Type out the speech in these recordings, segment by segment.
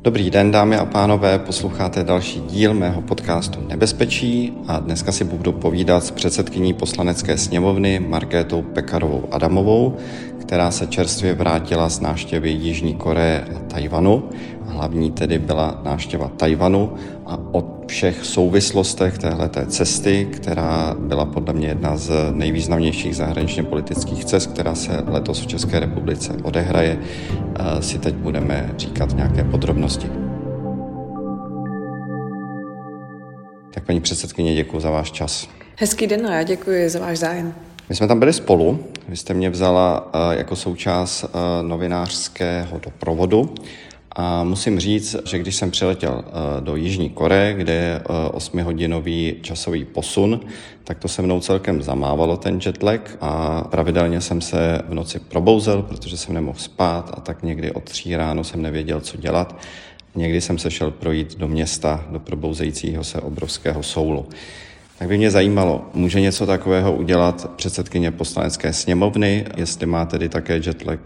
Dobrý den, dámy a pánové, posloucháte další díl mého podcastu Nebezpečí a dneska si budu povídat s předsedkyní Poslanecké sněmovny Markétou Pekarovou Adamovou, která se čerstvě vrátila z návštěvy Jižní Koreje a Tchaj-wanu. Hlavní tedy byla návštěva Tchaj-wanu a o všech souvislostech téhleté cesty, která byla podle mě jedna z nejvýznamnějších zahraničně politických cest, která se letos v České republice odehraje, si teď budeme říkat nějaké podrobnosti. Tak paní předsedkyně, děkuji za váš čas. Hezký den a já děkuji za váš zájem. My jsme tam byli spolu, vy jste mě vzala jako součást novinářského doprovodu. A musím říct, že když jsem přiletěl do Jižní Koreje, kde je 8hodinový časový posun, tak to se mnou celkem zamávalo ten jetlag a pravidelně jsem se v noci probouzel, protože jsem nemohl spát a tak někdy od 3 ráno jsem nevěděl, co dělat. Někdy jsem se šel projít do města, do probouzejícího se obrovského Soulu. Tak by mě zajímalo, může něco takového udělat předsedkyně Poslanecké sněmovny, jestli má tedy také jetlag?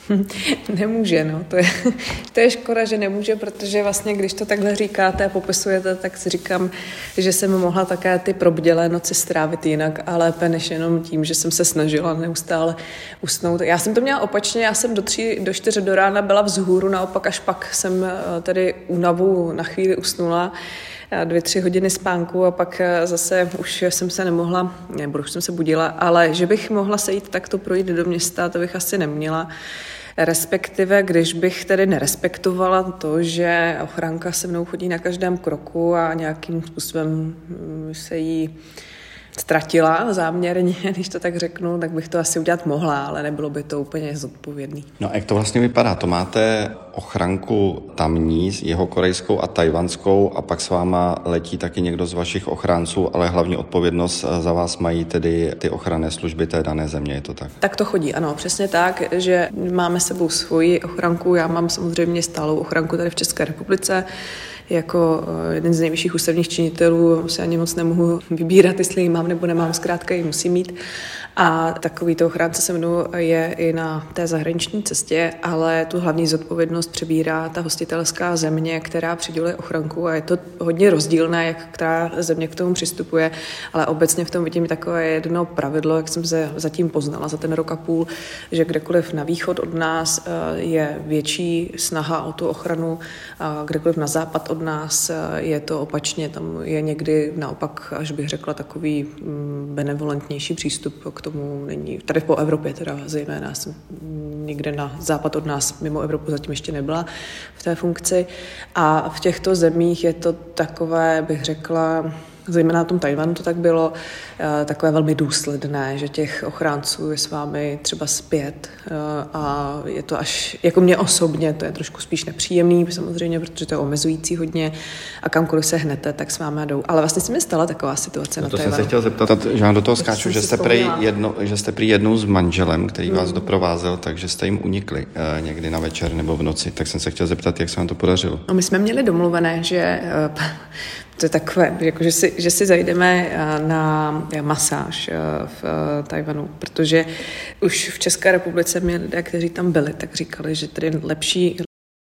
Nemůže, no. To je škoda, že nemůže, protože vlastně, když to takhle říkáte a popisujete, tak si říkám, že jsem mohla také ty probdělé noci strávit jinak a lépe než jenom tím, že jsem se snažila neustále usnout. Já jsem to měla opačně, já jsem do 3, do 4 do rána byla vzhůru, naopak až pak jsem tedy únavu na chvíli usnula, 2-3 hodiny spánku a pak zase už jsem se nemohla, nebo už jsem se budila, ale že bych mohla sejít takto projít do města, to bych asi neměla. Respektive, když bych tedy nerespektovala to, že ochranka se mnou chodí na každém kroku a nějakým způsobem se jí ztratila záměrně, když to tak řeknu, tak bych to asi udělat mohla, ale nebylo by to úplně zodpovědný. No a jak to vlastně vypadá? To máte ochranku tamní, jihokorejskou a tajvanskou a pak s váma letí taky někdo z vašich ochránců, ale hlavní odpovědnost za vás mají tedy ty ochranné služby té dané země, je to tak? Tak to chodí, ano, přesně tak, že máme sebou svoji ochranku, já mám samozřejmě stálou ochranku tady v České republice, jako jeden z nejvyšších ústavních činitelů se ani moc nemohu vybírat, jestli ji mám nebo nemám, zkrátka ji musím mít. A takovýto ochránce se mnou je i na té zahraniční cestě, ale tu hlavní zodpovědnost přebírá ta hostitelská země, která přiděluje ochranku a je to hodně rozdílné, jak která země k tomu přistupuje, ale obecně v tom vidím takové jedno pravidlo, jak jsem se zatím poznala za ten rok a půl, že kdekoliv na východ od nás je větší snaha o tu ochranu, a kdekoliv na západ od nás je to opačně, tam je někdy naopak, až bych řekla, takový benevolentnější přístup k tomu není. Tady po Evropě teda zejména jsem nikde na západ od nás mimo Evropu zatím ještě nebyla v té funkci a v těchto zemích je to takové, bych řekla, zejména na tom Tchaj-wanu to tak bylo, takové velmi důsledné, že těch ochránců je s vámi třeba 5 a je to až, jako mě osobně, to je trošku spíš nepříjemný, samozřejmě, protože to je omezující hodně a kamkoliv se hnete, tak s vámi jdou. Ale vlastně se mi stala taková situace na Tchaj-wanu. To jsem se chtěl zeptat, že vám do toho skáču, že jste prý jednou s manželem, který vás doprovázel, takže jste jim unikli někdy na večer nebo v noci, tak jsem se chtěl zeptat, jak se vám to podařilo. No, my jsme měli domluvené, že to je takové, jako že si zajdeme na masáž v Tchaj-wanu, protože už v České republice mě lidé, kteří tam byli, tak říkali, že tady lepší.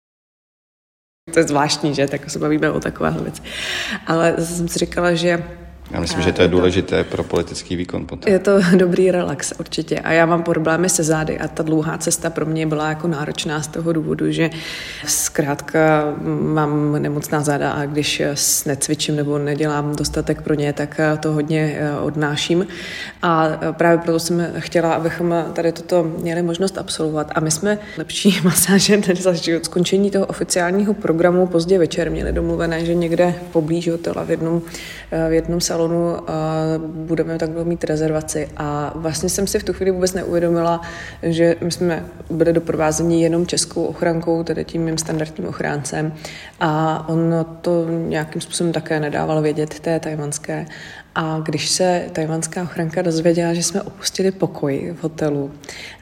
To je zvláštní, že? Tak se bavíme o takovéhle věci. Ale zase jsem si říkala, že já myslím, že to je důležité pro politický výkon potom. Je to dobrý relax určitě. A já mám problémy se zády a ta dlouhá cesta pro mě byla jako náročná z toho důvodu, že zkrátka mám nemocná záda a když necvičím nebo nedělám dostatek pro ně, tak to hodně odnáším. A právě proto jsem chtěla, abychom tady toto měli možnost absolvovat. A my jsme lepší masáže za skončení toho oficiálního programu pozdě večer měli domluvené, že někde poblíž hotela v jednom salonu budeme takhle mít rezervaci a vlastně jsem si v tu chvíli vůbec neuvědomila, že my jsme byli doprovázeni jenom českou ochrankou, tedy tím mým standardním ochráncem a on to nějakým způsobem také nedával vědět té tajvanské A když se tchajwanská ochranka dozvěděla, že jsme opustili pokoj v hotelu,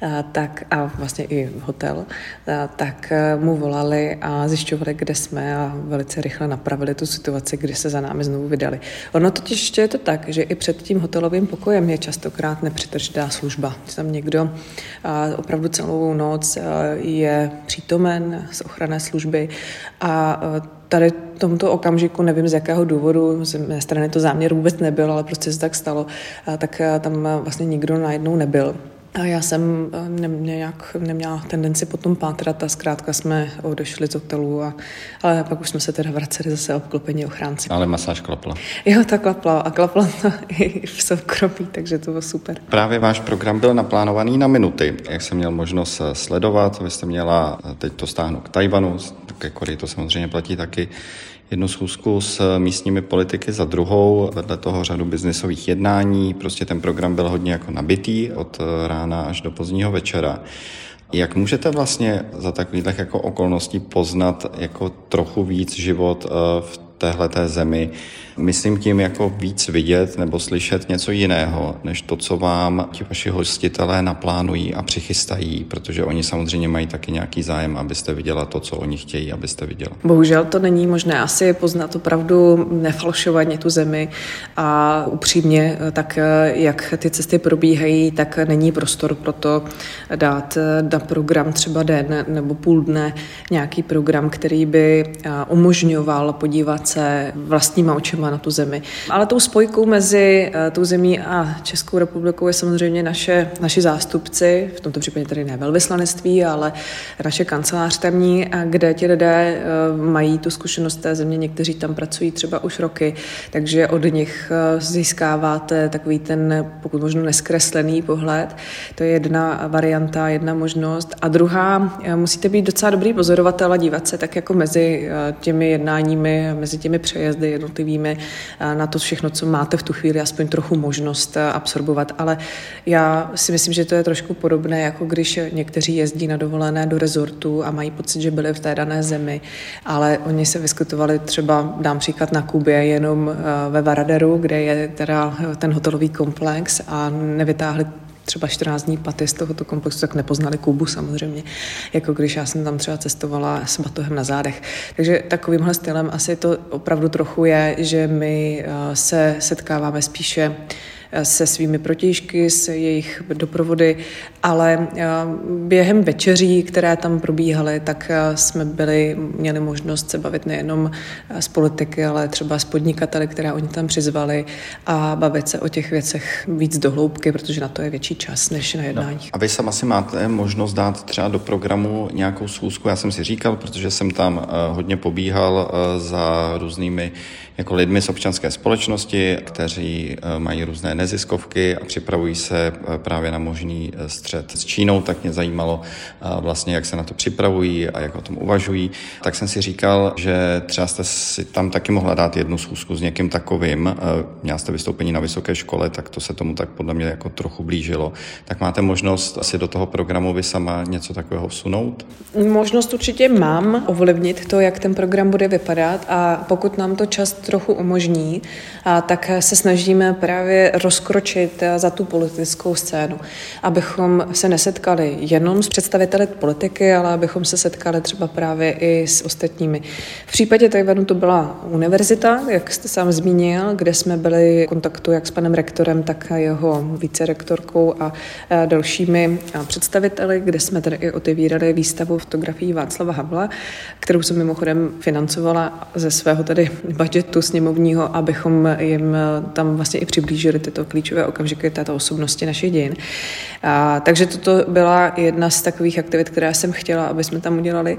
a vlastně i hotel, tak mu volali a zjišťovali, kde jsme a velice rychle napravili tu situaci, kdy se za námi znovu vydali. Ono totiž ještě je to tak, že i před tím hotelovým pokojem je častokrát nepřetržitá služba. Tam někdo opravdu celou noc je přítomen z ochranné služby a tady v tomto okamžiku, nevím z jakého důvodu, z mé strany to záměr vůbec nebyl, ale prostě se tak stalo, tak tam vlastně nikdo najednou nebyl. A já jsem neměla tendenci potom pátrat a zkrátka jsme odešli z hotelu, ale pak už jsme se teda vraceli zase obklopení ochránci. Ale masáž klapla. Jo, ta klapla a klapla to i v soukromí, takže to bylo super. Právě váš program byl naplánovaný na minuty. Jak jsem měl možnost sledovat, vy jste měla, teď to stáhnu k Tchajwanu, ke Koreji to samozřejmě platí taky, jednu schůzku s místními politiky za druhou, vedle toho řadu biznisových jednání, prostě ten program byl hodně jako nabitý od rána až do pozdního večera. Jak můžete vlastně za takových jako okolností poznat jako trochu víc život v téhleté zemi? Myslím tím jako víc vidět nebo slyšet něco jiného, než to, co vám ti vaši hostitelé naplánují a přichystají, protože oni samozřejmě mají taky nějaký zájem, abyste viděla to, co oni chtějí, abyste viděla. Bohužel to není možné asi poznat opravdu nefalšovaně tu zemi a upřímně, tak jak ty cesty probíhají, tak není prostor pro to dát na program třeba den nebo půl dne nějaký program, který by umožňoval podívat se vlastníma očima na tu zemi. Ale tou spojkou mezi tou zemí a Českou republikou je samozřejmě naši zástupci, v tomto případě tedy ne velvyslanectví, ale naše kancelář tamní, kde ti lidé mají tu zkušenost té země, někteří tam pracují třeba už roky, takže od nich získáváte takový ten, pokud možno neskreslený pohled. To je jedna varianta, jedna možnost. A druhá, musíte být docela dobrý pozorovatel a dívat se tak jako mezi těmi jednáními, mezi těmi přejezdy jednotlivými na to všechno, co máte v tu chvíli, aspoň trochu možnost absorbovat. Ale já si myslím, že to je trošku podobné, jako když někteří jezdí na dovolené do rezortu a mají pocit, že byli v té dané zemi, ale oni se vyskytovali třeba, dám příklad na Kubě, jenom ve Varaderu, kde je teda ten hotelový komplex a nevytáhli třeba 14 dní paty z tohoto komplexu, tak nepoznali Kubu samozřejmě, jako když já jsem tam třeba cestovala s batohem na zádech. Takže takovýmhle stylem asi to opravdu trochu je, že my se setkáváme spíše se svými protějšky, s jejich doprovody, ale během večeří, které tam probíhaly, tak jsme měli možnost se bavit nejenom s politiky, ale třeba s podnikateli, které oni tam přizvali a bavit se o těch věcech víc do hloubky, protože na to je větší čas než na jednáních. No. A vy sama si máte možnost dát třeba do programu nějakou schůzku? Já jsem si říkal, protože jsem tam hodně pobíhal za různými jako lidmi z občanské společnosti, kteří mají různé neziskovky a připravují se právě na možný střet s Čínou, tak mě zajímalo vlastně, jak se na to připravují a jak o tom uvažují. Tak jsem si říkal, že třeba jste si tam taky mohla dát jednu schůzku s někým takovým. Měla jste vystoupení na vysoké škole, tak to se tomu tak podle mě jako trochu blížilo. Tak máte možnost asi do toho programu vy sama něco takového vsunout? Možnost určitě mám ovlivnit to, jak ten program bude vypadat, a pokud nám to čas trochu umožní, tak se snažíme právě rozkročit za tu politickou scénu, abychom se nesetkali jenom s představiteli politiky, ale abychom se setkali třeba právě i s ostatními. V případě Tchajwanu to byla univerzita, jak jste sám zmínil, kde jsme byli v kontaktu jak s panem rektorem, tak jeho vicerektorkou a dalšími představiteli, kde jsme tedy i otevírali výstavu fotografií Václava Havla, kterou jsem mimochodem financovala ze svého tedy budžetu sněmovního, abychom jim tam vlastně i přiblížili tyto klíčové okamžiky této osobnosti našich dějin. Takže toto byla jedna z takových aktivit, které jsem chtěla, aby jsme tam udělali,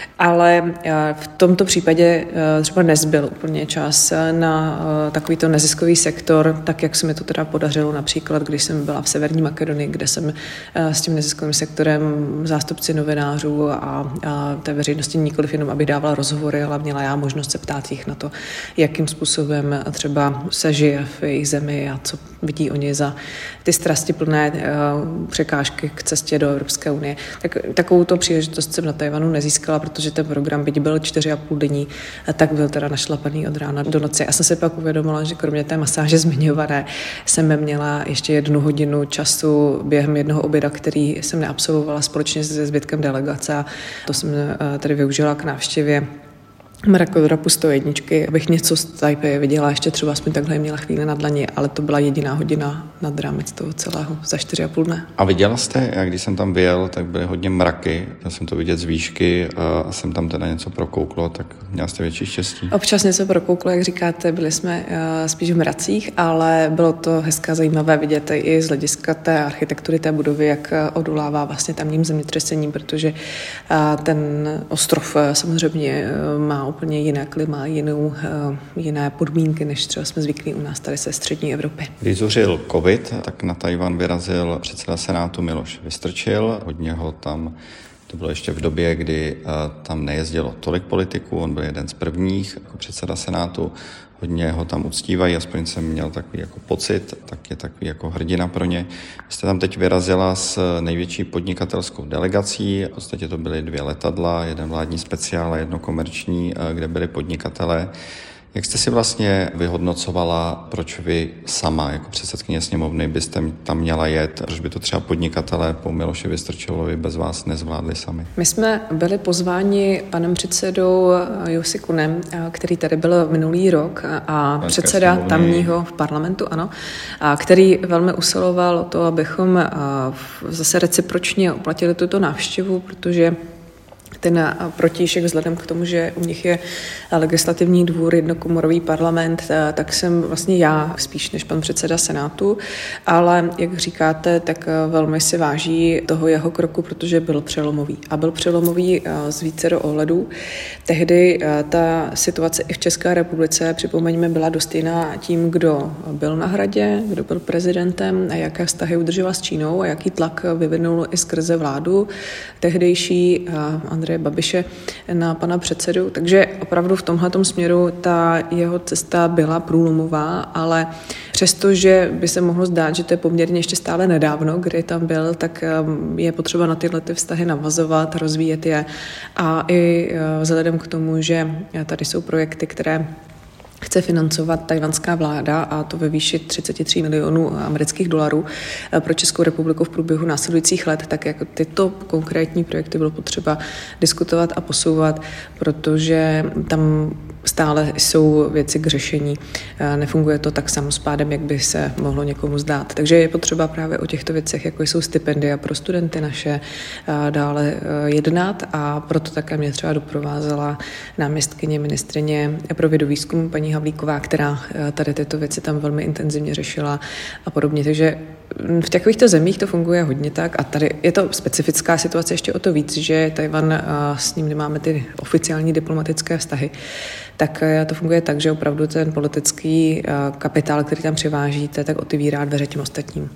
ale v tomto případě třeba nezbyl úplně čas na takovýto neziskový sektor, tak jak se mi to teda podařilo například, když jsem byla v Severní Makedonii, kde jsem s tím neziskovým sektorem, zástupci novinářů a té veřejnosti nikoliv jenom, aby dávala rozhovory, ale měla já možnost se ptát jich na to, jakým způsobem třeba se žije v jejich zemi a co vidí oni za ty strastiplné překážky k cestě do Evropské unie. Tak takovouto příležitost jsem na Tchaj-wanu nezískala, protože ten program, byť byl 4,5 dní, tak byl teda našlapaný od rána do noci. A jsem se pak uvědomila, že kromě té masáže zmiňované jsem měla ještě 1 hodinu času během jednoho oběda, který jsem neabsolvovala společně se zbytkem delegace. A to jsem tady využila k návštěvě mrakodrapu 101, abych něco z Tajpeje viděla, ještě třeba aspoň takhle měla chvíli na dlani, ale to byla jediná hodina nad rámec toho celého za 4,5 dne. A viděla jste, jak když jsem tam vyjel, tak byly hodně mraky, já jsem to vidět z výšky a jsem tam teda něco prokouklo, tak měla jste větší štěstí? Občas něco prokouklo, jak říkáte, byli jsme spíš v mracích, ale bylo to hezká, zajímavé vidět i z hlediska té architektury té budovy, jak odolává vlastně tamním zemětřesením, protože ten ostrov samozřejmě má úplně jiné klima, jiné podmínky, než třeba jsme zvyklí u nás tady ze střední Evropy. Když zuřil covid, tak na Tchaj-wan vyrazil předseda Senátu Miloš Vystrčil. Hodně ho tam, to bylo ještě v době, kdy tam nejezdilo tolik politiků, on byl jeden z prvních jako předseda Senátu. Hodně ho tam uctívají, aspoň jsem měl takový jako pocit, tak je takový jako hrdina pro ně. Jste tam teď vyrazila s největší podnikatelskou delegací, v podstatě to byly 2 letadla, 1 vládní speciál a 1 komerční, kde byli podnikatelé. Jak jste si vlastně vyhodnocovala, proč vy sama jako předsedkyně sněmovny byste tam měla jet, proč by to třeba podnikatelé po Miloši Vystrčilovi bez vás nezvládli sami? My jsme byli pozváni panem předsedou Jussi Kunem, který tady byl minulý rok a předseda tamního parlamentu, ano, a který velmi usiloval o to, abychom zase recipročně uplatili tuto návštěvu, protože ten protíšek vzhledem k tomu, že u nich je legislativní dvůr, jednokomorový parlament, tak jsem vlastně já spíš než pan předseda Senátu, ale jak říkáte, tak velmi si váží toho jeho kroku, protože byl přelomový. A byl přelomový z vícero ohledů. Tehdy ta situace i v České republice, připomeňme, byla dost jiná tím, kdo byl na Hradě, kdo byl prezidentem a jaké vztahy udržoval s Čínou a jaký tlak vyvinul i skrze vládu tehdejší Andreje Babiše na pana předsedu. Takže opravdu v tomhletom směru ta jeho cesta byla průlomová, ale přestože by se mohlo zdát, že to je poměrně ještě stále nedávno, kdy tam byl, tak je potřeba na tyhle ty vztahy navazovat, rozvíjet je. A i vzhledem k tomu, že tady jsou projekty, které chce financovat tajvanská vláda, a to ve výši 33 milionů amerických dolarů pro Českou republiku v průběhu následujících let, tak jako tyto konkrétní projekty bylo potřeba diskutovat a posouvat, protože tam stále jsou věci k řešení. Nefunguje to tak samospádem, jak by se mohlo někomu zdát. Takže je potřeba právě o těchto věcech, jako jsou stipendia pro studenty naše, dále jednat, a proto také mě třeba doprovázela náměstkyně ministryně pro vědu výzkum paní Havlíková, která tady tyto věci tam velmi intenzivně řešila a podobně. Takže v takovýchto zemích to funguje hodně tak, a tady je to specifická situace ještě o to víc, že Tchaj-wan, s ním nemáme ty oficiální diplomatické vztahy, tak to funguje tak, že opravdu ten politický kapitál, který tam přivážíte, tak otevírá dveře těm ostatním.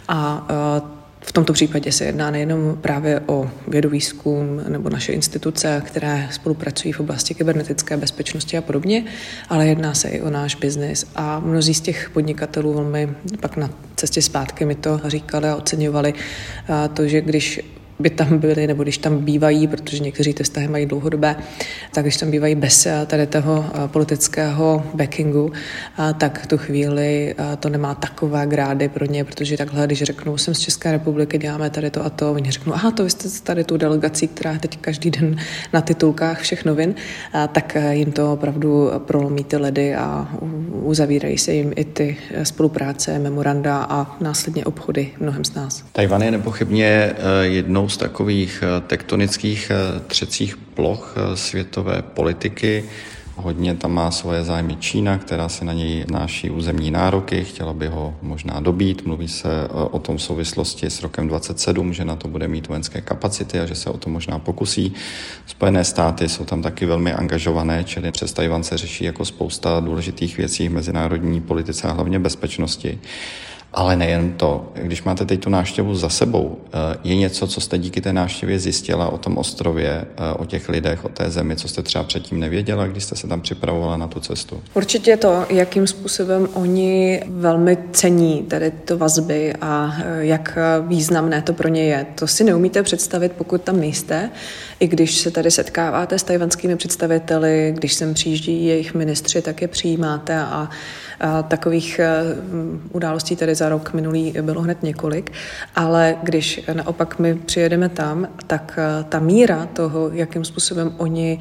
A v tomto případě se jedná nejenom právě o vědu, výzkum nebo naše instituce, které spolupracují v oblasti kybernetické bezpečnosti a podobně, ale jedná se i o náš biznis. A mnozí z těch podnikatelů velmi pak na cestě zpátky mi to říkali a oceňovali to, že když by tam byli, nebo když tam bývají, protože někteří ty vztahy mají dlouhodobé, tak když tam bývají bez tady toho politického backingu, tak v tu chvíli to nemá takové grády pro ně, protože takhle, když řeknou, jsem z České republiky, děláme tady to a to, oni řeknou, aha, to vy jste tady tu delegací, která je teď každý den na titulkách všech novin, tak jim to opravdu prolomí ty ledy a uzavírají se jim i ty spolupráce, memoranda a následně obchody mnohem s nás. Tchaj-wan je nepochybně jednou z takových tektonických třecích ploch světové politiky. Hodně tam má svoje zájmy Čína, která se na něj náší územní nároky, chtěla by ho možná dobít. Mluví se o tom v souvislosti s rokem 2027, že na to bude mít vojenské kapacity a že se o to možná pokusí. Spojené státy jsou tam taky velmi angažované, čili přes Tchaj-wan se řeší jako spousta důležitých věcí v mezinárodní politice a hlavně bezpečnosti. Ale nejen to. Když máte teď tu návštěvu za sebou, je něco, co jste díky té návštěvě zjistila o tom ostrově, o těch lidech, o té zemi, co jste třeba předtím nevěděla, když jste se tam připravovala na tu cestu? Určitě to, jakým způsobem oni velmi cení tady to vazby a jak významné to pro ně je. To si neumíte představit, pokud tam nejste, i když se tady setkáváte s tajvanskými představiteli, když sem přijíždí jejich ministři, tak je přijímáte a takových událostí tady za rok minulý bylo hned několik, ale když naopak my přijedeme tam, tak ta míra toho, jakým způsobem oni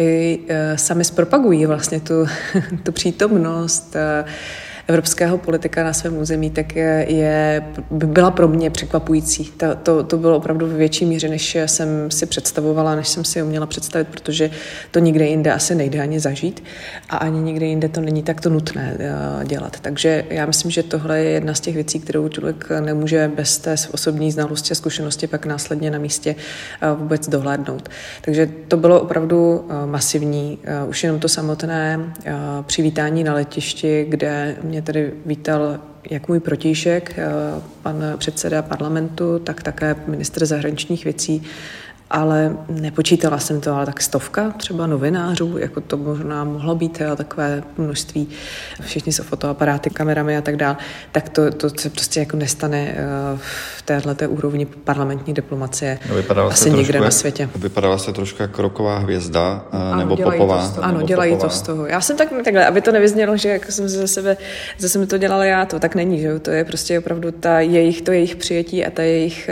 sami zpropagují vlastně tu přítomnost evropského politika na svém území, tak byla pro mě překvapující. To bylo opravdu ve větší míře, než jsem si představovala, než jsem si uměla představit, protože to nikde jinde asi nejde ani zažít a ani nikde jinde to není takto nutné dělat. Takže já myslím, že tohle je jedna z těch věcí, kterou člověk nemůže bez té osobní znalosti a zkušenosti pak následně na místě vůbec dohlédnout. Takže to bylo opravdu masivní. Už jenom to samotné přivítání na letišti, kde mě tady vítal jak můj protějšek, pan předseda parlamentu, tak také ministr zahraničních věcí, ale nepočítala jsem to, ale tak 100 třeba novinářů, jako to možná mohlo být takové množství, všichni jsou fotoaparáty, kamerami a tak dále, tak to se prostě jako nestane v téhleté úrovni parlamentní diplomacie asi nikde na světě. Vypadala jste trošku jako roková hvězda nebo popová. Ano, dělají to z toho. Já jsem takhle, aby to nevyznělo, že jako jsem zase mi to dělala já, to tak není, že to je prostě opravdu to jejich přijetí a ta jejich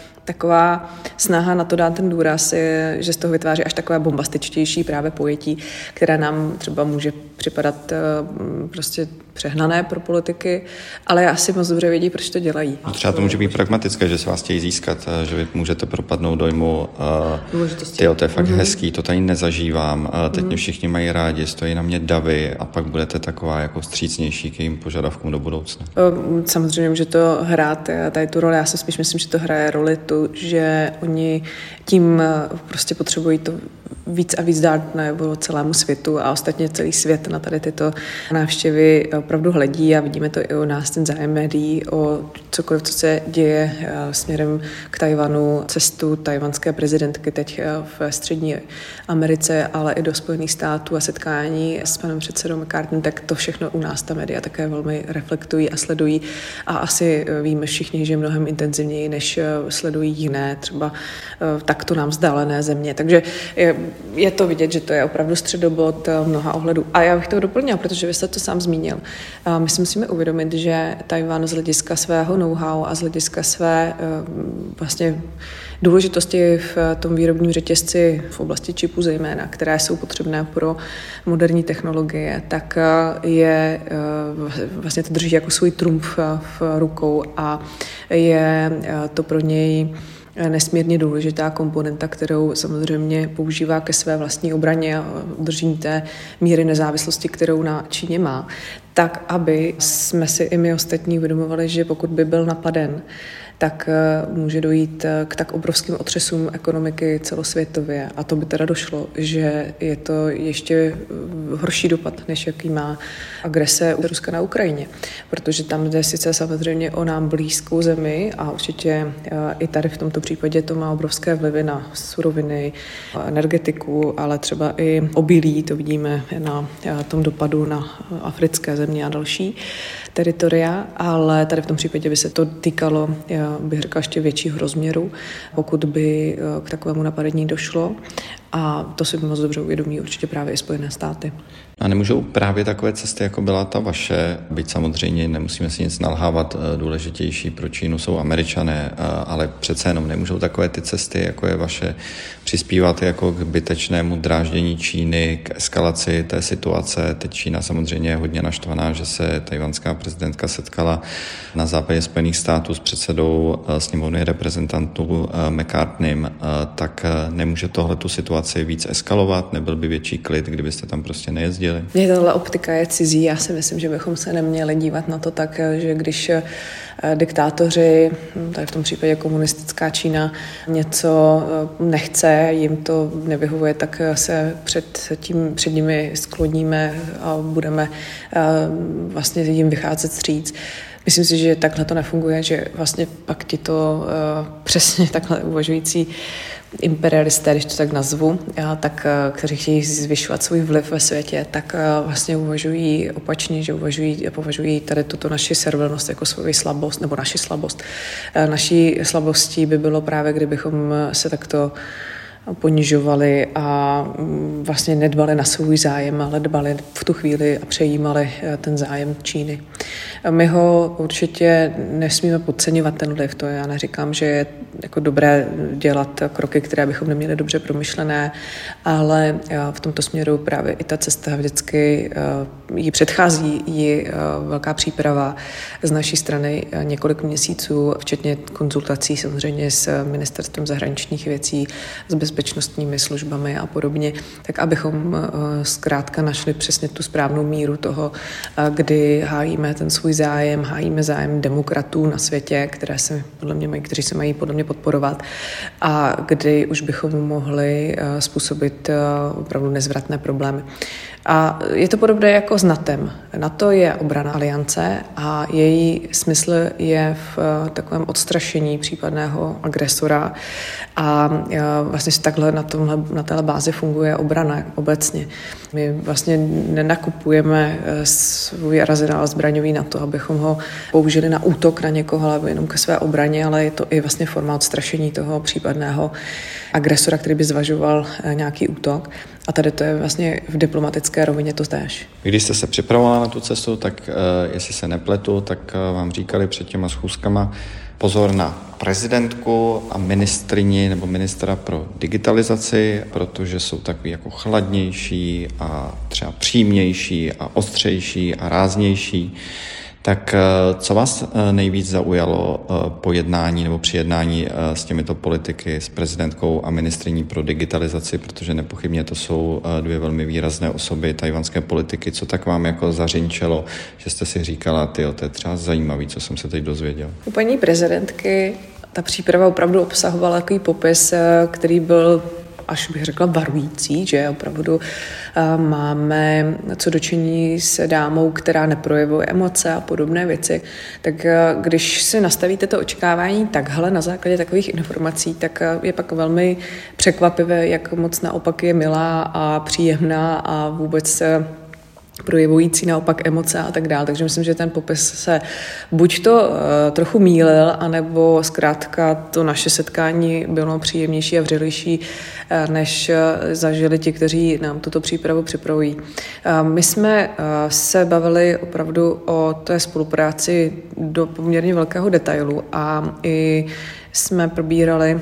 taková snaha na to dát ten důraz, že z toho vytváří až takové bombastičtější právě pojetí, které nám třeba může připadat prostě přehnané pro politiky, ale asi moc dobře vědí, proč to dělají. No třeba to může být pragmatické, že se vás chtějí získat, že vy můžete propadnout dojmu to je fakt hezký, to tady nezažívám, teď mě všichni mají rádi, stojí na mě davy a pak budete taková jako vstřícnější k jejím požadavkům do budoucna. Samozřejmě může to hrát tady tu roli, já si spíš myslím, že to hraje roli tu, že oni tím prostě potřebují to víc a víc dát najevo celému světu a ostatně celý svět na tady tyto návštěvy opravdu hledí a vidíme to i u nás, ten zájem médií o cokoliv, co se děje směrem k Tajvanu, cestu tajvanské prezidentky teď v Střední Americe, ale i do Spojených států a setkání s panem předsedou McCartney, tak to všechno u nás ta média také velmi reflektují a sledují a asi víme všichni, že mnohem intenzivněji, než sledují jiné, třeba takto nám vzdálené země. Takže je to vidět, že to je opravdu středobod mnoha ohledů. A já bych to doplnila, protože vy jste to sám zmínil. My si musíme uvědomit, že Tajvan z hlediska svého know-how a z hlediska své vlastně důležitosti v tom výrobním řetězci v oblasti čipů zejména, které jsou potřebné pro moderní technologie, tak je vlastně to drží jako svůj trumf v rukou a je to pro něj nesmírně důležitá komponenta, kterou samozřejmě používá ke své vlastní obraně a udržení té míry nezávislosti, kterou na Číně má, tak aby jsme si i my ostatní uvědomovali, že pokud by byl napaden, tak může dojít k tak obrovským otřesům ekonomiky celosvětově. A to by teda došlo, že je to ještě horší dopad, než jaký má agrese Ruska na Ukrajině. Protože tam jde sice samozřejmě o nám blízkou zemi a určitě i tady v tomto případě to má obrovské vlivy na suroviny, energetiku, ale třeba i obilí, to vidíme na tom dopadu na africké země a další teritoria, ale tady v tom případě by se to týkalo, bych řekla, ještě většího rozměru, pokud by k takovému napadení došlo. A to si moc dobře uvědomí určitě právě i Spojené státy. A nemůžou právě takové cesty, jako byla ta vaše, byť samozřejmě nemusíme si nic nalhávat, důležitější pro Čínu jsou Američané, ale přece jenom nemůžou takové ty cesty, jako je vaše, přispívat jako k bytečnému dráždění Číny, k eskalaci té situace. Teď Čína samozřejmě je hodně naštvaná, že se tajvanská prezidentka setkala na západě Spojených států s předsedou sněmovny reprezentantů McCartneym, tak nemůže tohle tu situaci víc eskalovat, nebyl by větší klid, kdybyste tam prostě nejezdili? Mně tahle optika je cizí, já si myslím, že bychom se neměli dívat na to tak, že když diktátoři, tady v tom případě komunistická Čína, něco nechce, jim to nevyhovuje, tak se před nimi skloníme a budeme vlastně jim vycházet vstříc. Myslím si, že takhle to nefunguje, že vlastně pak ti to přesně takhle uvažující imperialisté, když to tak nazvu, tak, kteří chtějí zvyšovat svůj vliv ve světě, tak vlastně uvažují opačně, že považují tady tuto naši servilnost jako svoji slabost, nebo naši slabost. Naší slabostí by bylo právě, kdybychom se takto ponižovali a vlastně nedbali na svůj zájem, ale dbali v tu chvíli a přejímali ten zájem Číny. My ho určitě nesmíme podceňovat, ten vliv. To já neříkám, že je jako dobré dělat kroky, které bychom neměli dobře promyšlené, ale v tomto směru právě i ta cesta vždycky jí předchází jí velká příprava z naší strany několik měsíců, včetně konzultací samozřejmě s Ministerstvem zahraničních věcí, s bezpečnostními službami a podobně, tak abychom zkrátka našli přesně tu správnou míru toho, kdy hájíme ten svůj zájem, hájíme zájem demokratů na světě, kteří se mají podle mě podporovat, a kdy už bychom mohli způsobit opravdu nezvratné problémy. A je to podobné jako s NATOem. NATO je obrana aliance a její smysl je v takovém odstrašení případného agresora a vlastně si takhle na téhle bázi funguje obrana obecně. My vlastně nenakupujeme svůj arzenál zbraňový na to, abychom ho použili na útok na někoho, ale jenom ke své obraně, ale je to i vlastně forma odstrašení toho případného agresora, který by zvažoval nějaký útok. A tady to je vlastně v diplomatické rovině to též. Když jste se připravovala na tu cestu, tak jestli se nepletu, tak vám říkali před těma schůzkama pozor na prezidentku a ministryni nebo ministra pro digitalizaci, protože jsou takový jako chladnější a třeba přímější a ostřejší a ráznější. Tak co vás nejvíc zaujalo po jednání nebo při jednání s těmito politiky, s prezidentkou a ministryní pro digitalizaci, protože nepochybně to jsou dvě velmi výrazné osoby tajvanské politiky. Co tak vám jako zařinčelo, že jste si říkala, to je třeba zajímavý, co jsem se teď dozvěděl? U paní prezidentky ta příprava opravdu obsahovala takový popis, který byl až bych řekla varující, že opravdu máme co dočinění s dámou, která neprojevuje emoce a podobné věci. Tak když si nastavíte to očekávání takhle na základě takových informací, tak je pak velmi překvapivé, jak moc naopak je milá a příjemná a vůbec projevující naopak emoce a tak dále. Takže myslím, že ten popis se buď to trochu mýlil, anebo zkrátka to naše setkání bylo příjemnější a vřelejší, než zažili ti, kteří nám tuto přípravu připravují. My jsme se bavili opravdu o té spolupráci do poměrně velkého detailu a i jsme probírali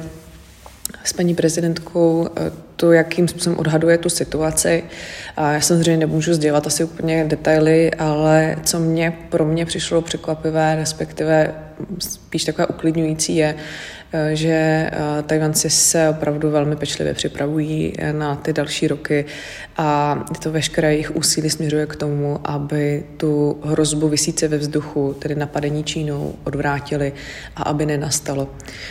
s paní prezidentkou to, jakým způsobem odhaduje tu situaci. A já samozřejmě nemůžu sdělat asi úplně detaily, ale co pro mě přišlo překvapivé, respektive spíš takové uklidňující je, že Tajvanci se opravdu velmi pečlivě připravují na ty další roky a to veškeré jejich úsilí směřuje k tomu, aby tu hrozbu visíce ve vzduchu, tedy napadení Čínou, odvrátili a aby nenastalo.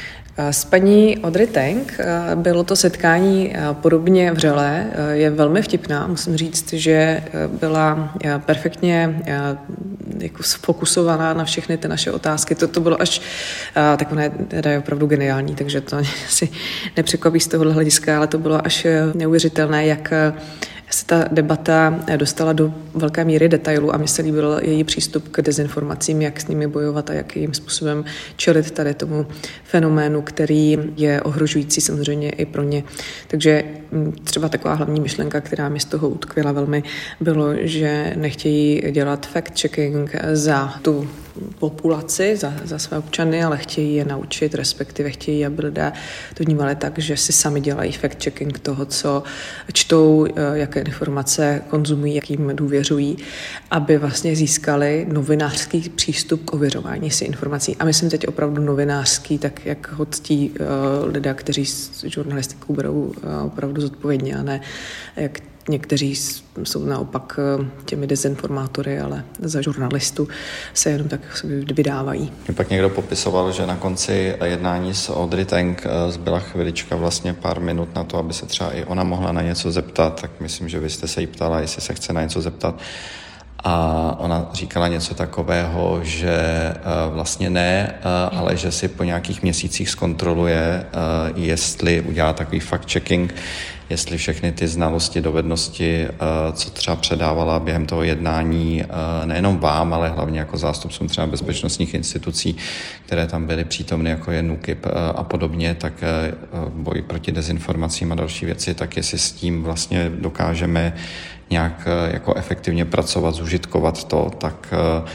S paní Audrey Tang bylo to setkání podobně vřelé, je velmi vtipná, musím říct, že byla perfektně jako sfokusovaná na všechny ty naše otázky. To bylo až takové, teda je opravdu geniální, takže to asi nepřekvapí z tohohle hlediska, ale to bylo až neuvěřitelné, jak se ta debata dostala do velké míry detailu a mně se líbil její přístup k dezinformacím, jak s nimi bojovat a jakým způsobem čelit tady tomu fenoménu, který je ohrožující samozřejmě i pro ně. Takže třeba taková hlavní myšlenka, která mi z toho utkvěla velmi, bylo, že nechtějí dělat fact-checking za tu populaci, za své občany, ale chtějí je naučit, respektive chtějí, aby lidé to vnímali tak, že si sami dělají fact-checking toho, co čtou, jaké informace konzumují, jakým důvěřují, aby vlastně získali novinářský přístup k ověřování si informací. A myslím teď opravdu novinářský, tak jak ho ctí lidé, kteří s žurnalistikou berou opravdu zodpovědně, a ne jak někteří jsou naopak těmi dezinformátory, ale za žurnalistu se jenom tak sobě vydávají. Mě pak někdo popisoval, že na konci jednání s Audrey Tang zbyla chvilička, vlastně pár minut na to, aby se třeba i ona mohla na něco zeptat, tak myslím, že vy jste se jí ptala, jestli se chce na něco zeptat. a ona říkala něco takového, že vlastně ne, ale že si po nějakých měsících zkontroluje, jestli udělá takový fact-checking, jestli všechny ty znalosti, dovednosti, co třeba předávala během toho jednání, nejenom vám, ale hlavně jako zástupcům třeba bezpečnostních institucí, které tam byly přítomny, jako je NÚKIB a podobně, tak boj proti dezinformacím a další věci, tak jestli s tím vlastně dokážeme nějak jako efektivně pracovat, zužitkovat to, tak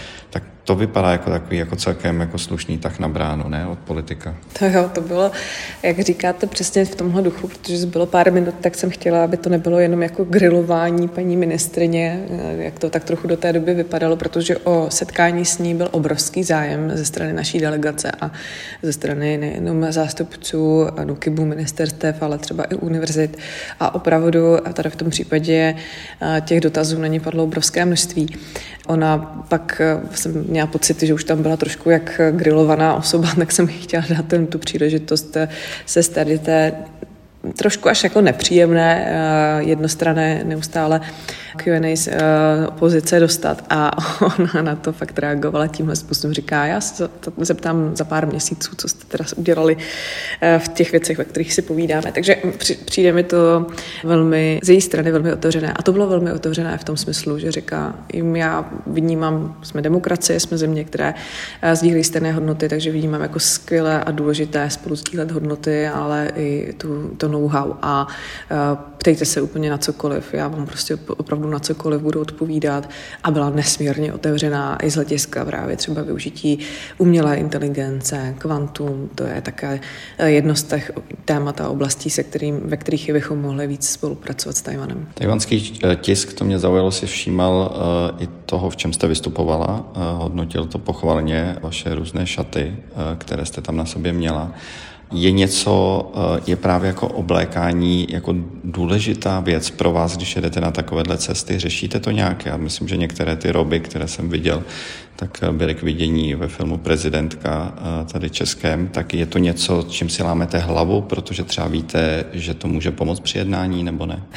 to vypadá jako takový jako celkem jako slušný tah na bránu, ne, od politika. To jo, to bylo, jak říkáte, přesně v tomhle duchu, protože zbylo pár minut, tak jsem chtěla, aby to nebylo jenom jako grilování paní ministryně, jak to tak trochu do té doby vypadalo, protože o setkání s ní byl obrovský zájem ze strany naší delegace a ze strany nejenom zástupců NÚKIBu, ministerstev, ale třeba i univerzit. A opravdu, a tady v tom případě těch dotazů na ní padlo obrovské množství. Ona pak jsem měla pocit, že už tam byla trošku jak grilovaná osoba, tak jsem chtěla dát tu příležitost se z tady té trošku až jako nepříjemné, jednostranné neustále Q&A z opozice dostat a ona na to fakt reagovala tímhle způsobem. Říká, já se zeptám za pár měsíců, co jste teda udělali v těch věcech, ve kterých si povídáme. Takže přijde mi to velmi, z její strany velmi otevřené. A to bylo velmi otevřené v tom smyslu, že říká, já vnímám, jsme demokracie, jsme země, které sdílí stejné hodnoty, takže vnímám jako skvělé a důležité spolu sdílet hodnoty, ale i to know-how a ptejte se úplně na cokoliv. Já vám prostě opravdu na cokoliv budu odpovídat a byla nesmírně otevřená i z hlediska právě třeba využití umělé inteligence, kvantum, to je také jedno z těch témat a oblastí, ve kterých bychom mohli víc spolupracovat s Tchaj-wanem. Tchaj-wanský tisk, to mě zaujalo, si všímal i toho, v čem jste vystupovala, hodnotil to pochvalně, vaše různé šaty, které jste tam na sobě měla. Je právě jako oblékání jako důležitá věc pro vás, když jedete na takovéhle cesty? Řešíte to nějak? Já myslím, že některé ty roby, které jsem viděl, tak byly k vidění ve filmu Prezidentka tady českém. Tak je to něco, čím si lámete hlavu, protože třeba víte, že to může pomoct při jednání, nebo ne?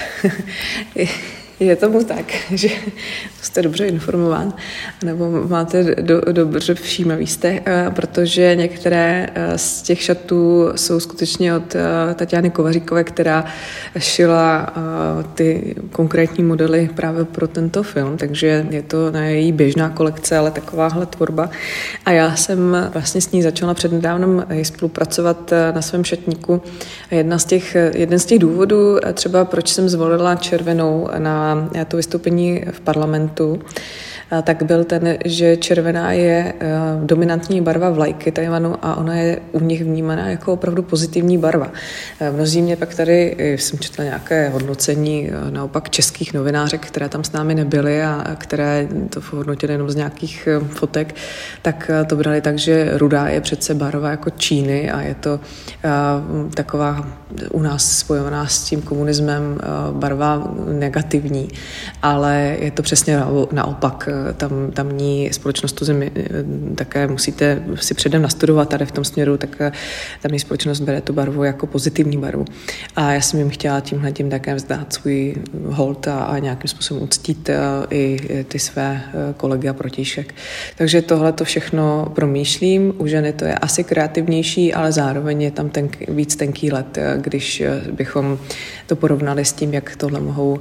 Je tomu tak, že jste dobře informován, nebo máte dobře všímavý jste, protože některé z těch šatů jsou skutečně od Tatiany Kovaříkové, která šila ty konkrétní modely právě pro tento film, takže je to na její běžná kolekce, ale takováhle tvorba. A já jsem vlastně s ní začala přednedávnem spolupracovat na svém šatníku. Jeden z těch důvodů, třeba proč jsem zvolila červenou na to vystoupení v parlamentu, tak byl ten, že červená je dominantní barva vlajky Tchaj-wanu a ona je u nich vnímaná jako opravdu pozitivní barva. Mnozí mě pak tady, jsem četla nějaké hodnocení naopak českých novinářek, které tam s námi nebyly a které to hodnotily jenom z nějakých fotek, tak to brali tak, že rudá je přece barva jako Číny a je to taková u nás spojovaná s tím komunismem barva negativní, ale je to přesně naopak. Tamní společnost tu zemi také musíte si předem nastudovat tady v tom směru, tak tamní společnost bere tu barvu jako pozitivní barvu. A já jsem jim chtěla tímhletím také vzdát svůj hold a nějakým způsobem uctít i ty své kolegy a protějšek. Takže tohle to všechno promýšlím. U ženy to je asi kreativnější, ale zároveň je tam víc tenký led, když bychom to porovnali s tím, jak tohle mohou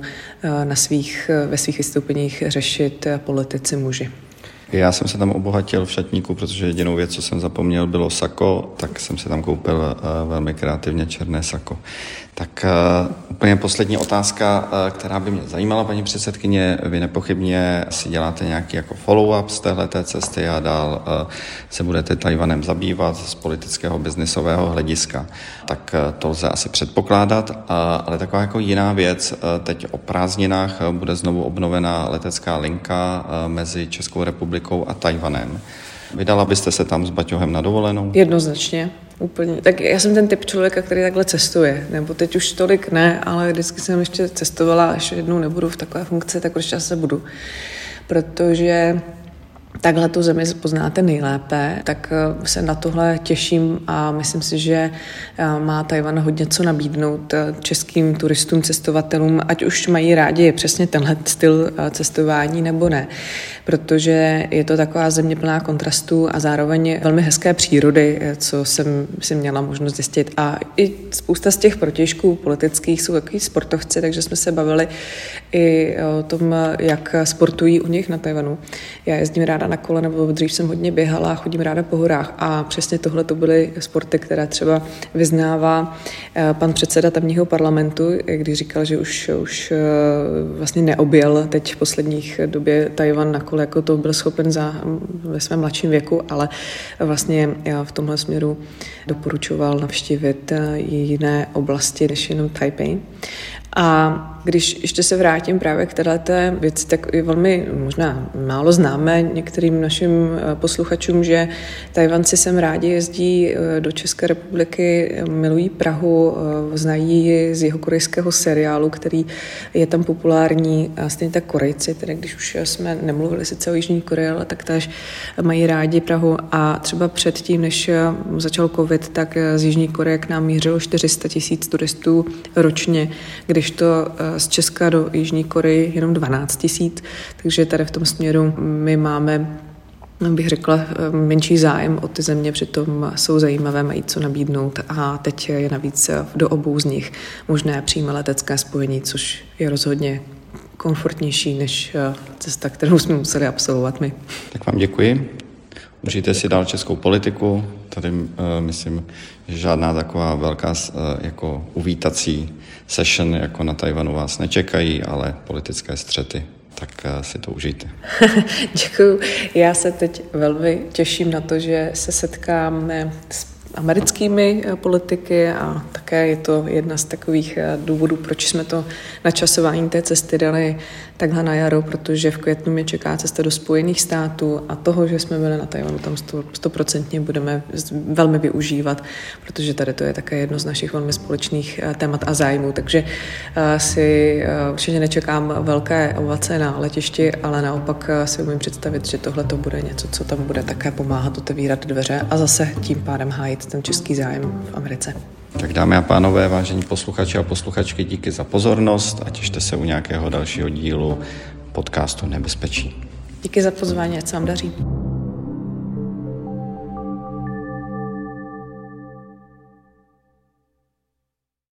ve svých vystoupeních řešit politici muži. Já jsem se tam obohatil v šatníku, protože jedinou věc, co jsem zapomněl, bylo sako, tak jsem se tam koupil velmi kreativně černé sako. Tak úplně poslední otázka, která by mě zajímala, paní předsedkyně. Vy nepochybně si děláte nějaký jako follow-up z téhleté cesty a dál se budete Tchaj-wanem zabývat z politického biznisového hlediska. Tak to lze asi předpokládat, ale taková jako jiná věc. Teď o prázdninách bude znovu obnovená letecká linka mezi Českou republikou a Tchaj-wanem. Vydala byste se tam s baťohem na dovolenou? Jednoznačně, úplně. Tak já jsem ten typ člověka, který takhle cestuje, nebo teď už tolik ne, ale vždycky jsem ještě cestovala, až jednou nebudu v takové funkci, tak určitě se budu. Protože takhle tu zemi poznáte nejlépe, tak se na tohle těším a myslím si, že má Tchaj-wan hodně co nabídnout českým turistům, cestovatelům, ať už mají rádi přesně tenhle styl cestování nebo ne, protože je to taková země plná kontrastů a zároveň velmi hezké přírody, co jsem si měla možnost zjistit. A i spousta z těch protějšků politických jsou takový sportovci, takže jsme se bavili i o tom, jak sportují u nich na Tchaj-wanu. Já jezdím ráda na kole, nebo dřív jsem hodně běhala, chodím ráda po horách a přesně tohle to byly sporty, které třeba vyznává pan předseda tamního parlamentu, když říkal, že už vlastně neobjel teď v posledních době Tchaj-wan na kole, jako to byl schopen ve svém mladším věku, ale vlastně já v tomhle směru doporučoval navštívit i jiné oblasti než jenom Taipei. A když ještě se vrátím právě k této věci, tak je velmi možná málo známé některým našim posluchačům, že Tchaj-wanci sem rádi jezdí do České republiky, milují Prahu, znají ji z jihokorejského seriálu, který je tam populární, a stejně tak Korejci, tedy když už jsme nemluvili sice o Jižní Koreji, ale tak též mají rádi Prahu a třeba předtím, než začal covid, tak z Jižní Koreje k nám mířilo 400 000 turistů ročně, když to z Česka do Jižní Koreji jenom 12 000, takže tady v tom směru my máme, bych řekla, menší zájem o ty země, přitom jsou zajímavé, mají co nabídnout a teď je navíc do obou z nich možné přímé letecké spojení, což je rozhodně komfortnější než cesta, kterou jsme museli absolvovat my. Tak vám děkuji. Užijte si dál českou politiku. Tady myslím, že žádná taková velká jako uvítací session jako na Tchaj-wanu vás nečekají, ale politické střety. Tak si to užijte. Děkuju. Já se teď velmi těším na to, že se setkáme s americkými politiky a také je to jedna z takových důvodů, proč jsme to načasování té cesty dali takhle na jaro, protože v květnu mě čeká cesta do Spojených států a toho, že jsme byli na Tchaj-wanu, tam 100% budeme velmi využívat, protože tady to je také jedno z našich velmi společných témat a zájmů, takže si určitě nečekám velké ovace na letišti, ale naopak si umím představit, že tohle to bude něco, co tam bude také pomáhat otevírat dveře a zase tím pádem hájit ten český zájem v Americe. Tak dámy a pánové, vážení posluchači a posluchačky, díky za pozornost a těšte se u nějakého dalšího dílu podcastu Nebezpečí. Díky za pozvání, ať se vám daří.